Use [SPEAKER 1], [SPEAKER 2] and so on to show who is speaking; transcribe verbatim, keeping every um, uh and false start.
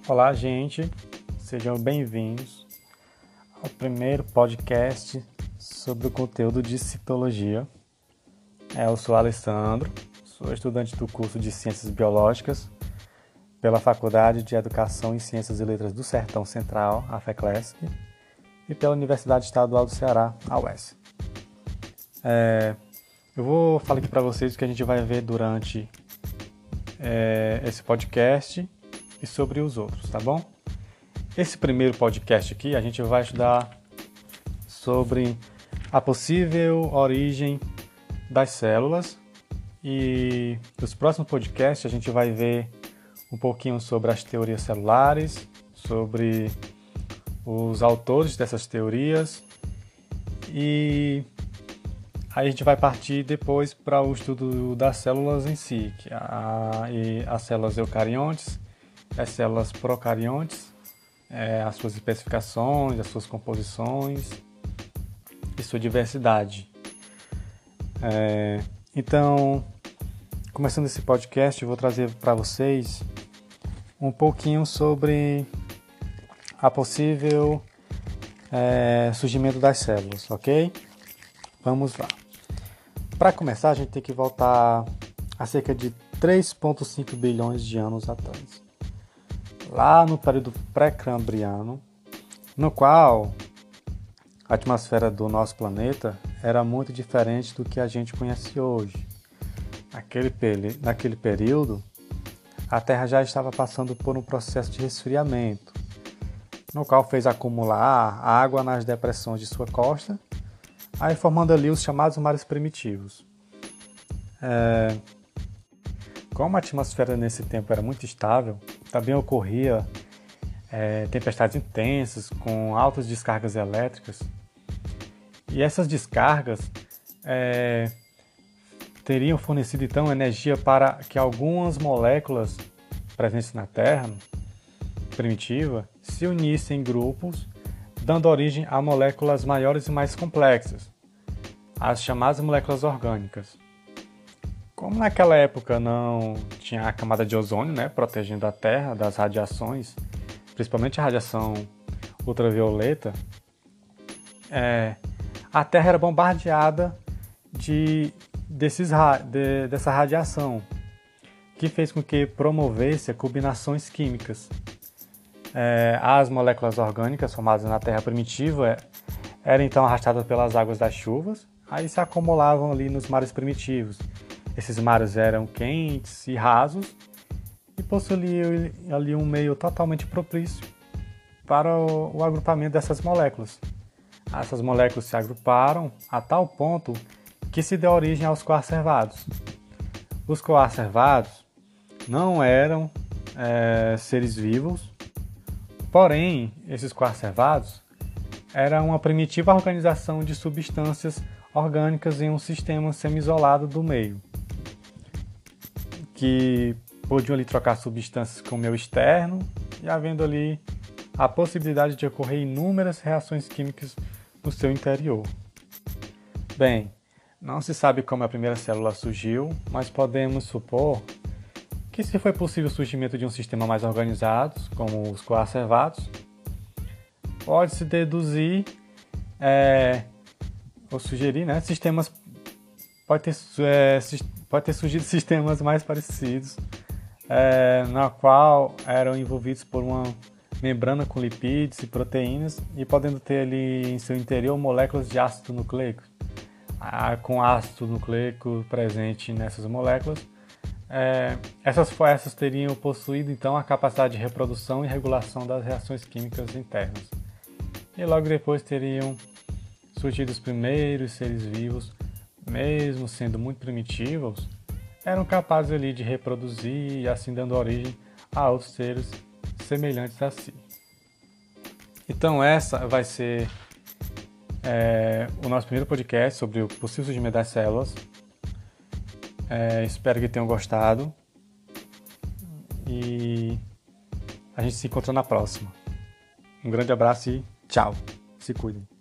[SPEAKER 1] Olá, gente, sejam bem-vindos ao primeiro podcast sobre o conteúdo de citologia. Eu sou Alessandro, sou estudante do curso de Ciências Biológicas pela Faculdade de Educação em Ciências e Letras do Sertão Central, a FECLESC, e pela Universidade Estadual do Ceará, a U E S. É, eu vou falar aqui para vocês o que a gente vai ver durante é, esse podcast e sobre os outros, tá bom? Esse primeiro podcast aqui a gente vai estudar sobre a possível origem das células, e nos próximos podcasts a gente vai ver um pouquinho sobre as teorias celulares, sobre os autores dessas teorias, e aí a gente vai partir depois para o estudo das células em si, que a, e as células eucariontes, as células procariontes, é, as suas especificações, as suas composições e sua diversidade. É, então, começando esse podcast, eu vou trazer para vocês um pouquinho sobre a possível é, surgimento das células, ok? Vamos lá. Para começar, a gente tem que voltar a cerca de três vírgula cinco bilhões de anos atrás, lá no período pré-cambriano, no qual a atmosfera do nosso planeta era muito diferente do que a gente conhece hoje. Naquele, naquele período, a Terra já estava passando por um processo de resfriamento, no qual fez acumular água nas depressões de sua costa, aí formando ali os chamados mares primitivos. É... Como a atmosfera nesse tempo era muito estável, também ocorria é, tempestades intensas com altas descargas elétricas, e essas descargas é, teriam fornecido então energia para que algumas moléculas presentes na Terra primitiva se unissem em grupos, dando origem a moléculas maiores e mais complexas, as chamadas moléculas orgânicas. Como naquela época não tinha a camada de ozônio, né, protegendo a Terra das radiações, principalmente a radiação ultravioleta, é, a Terra era bombardeada de, desses, de, dessa radiação, que fez com que promovesse combinações químicas. É, as moléculas orgânicas formadas na Terra primitiva eram então arrastadas pelas águas das chuvas, aí se acumulavam ali nos mares primitivos. Esses mares eram quentes e rasos e possuíam ali um meio totalmente propício para o, o agrupamento dessas moléculas. Essas moléculas se agruparam a tal ponto que se deu origem aos coacervados. Os coacervados não eram é, seres vivos, porém, esses coacervados eram uma primitiva organização de substâncias orgânicas em um sistema semi-isolado do meio, que podiam ali trocar substâncias com o meio externo e havendo ali a possibilidade de ocorrer inúmeras reações químicas no seu interior. Bem, não se sabe como a primeira célula surgiu, mas podemos supor que se foi possível o surgimento de um sistema mais organizado, como os coacervados, pode-se deduzir é, ou sugerir, né, sistemas pode ter, é, pode ter surgido sistemas mais parecidos, é, na qual eram envolvidos por uma membrana com lipídios e proteínas e podendo ter ali em seu interior moléculas de ácido nucleico. Ah, com ácido nucleico presente nessas moléculas, é, essas essas teriam possuído então a capacidade de reprodução e regulação das reações químicas internas. E logo depois teriam surgido os primeiros seres vivos, mesmo sendo muito primitivos, eram capazes ali de reproduzir e assim dando origem a outros seres semelhantes a si. Então essa vai ser é, o nosso primeiro podcast sobre o possível surgimento das células. É, espero que tenham gostado e a gente se encontra na próxima. Um grande abraço e tchau. Se cuidem.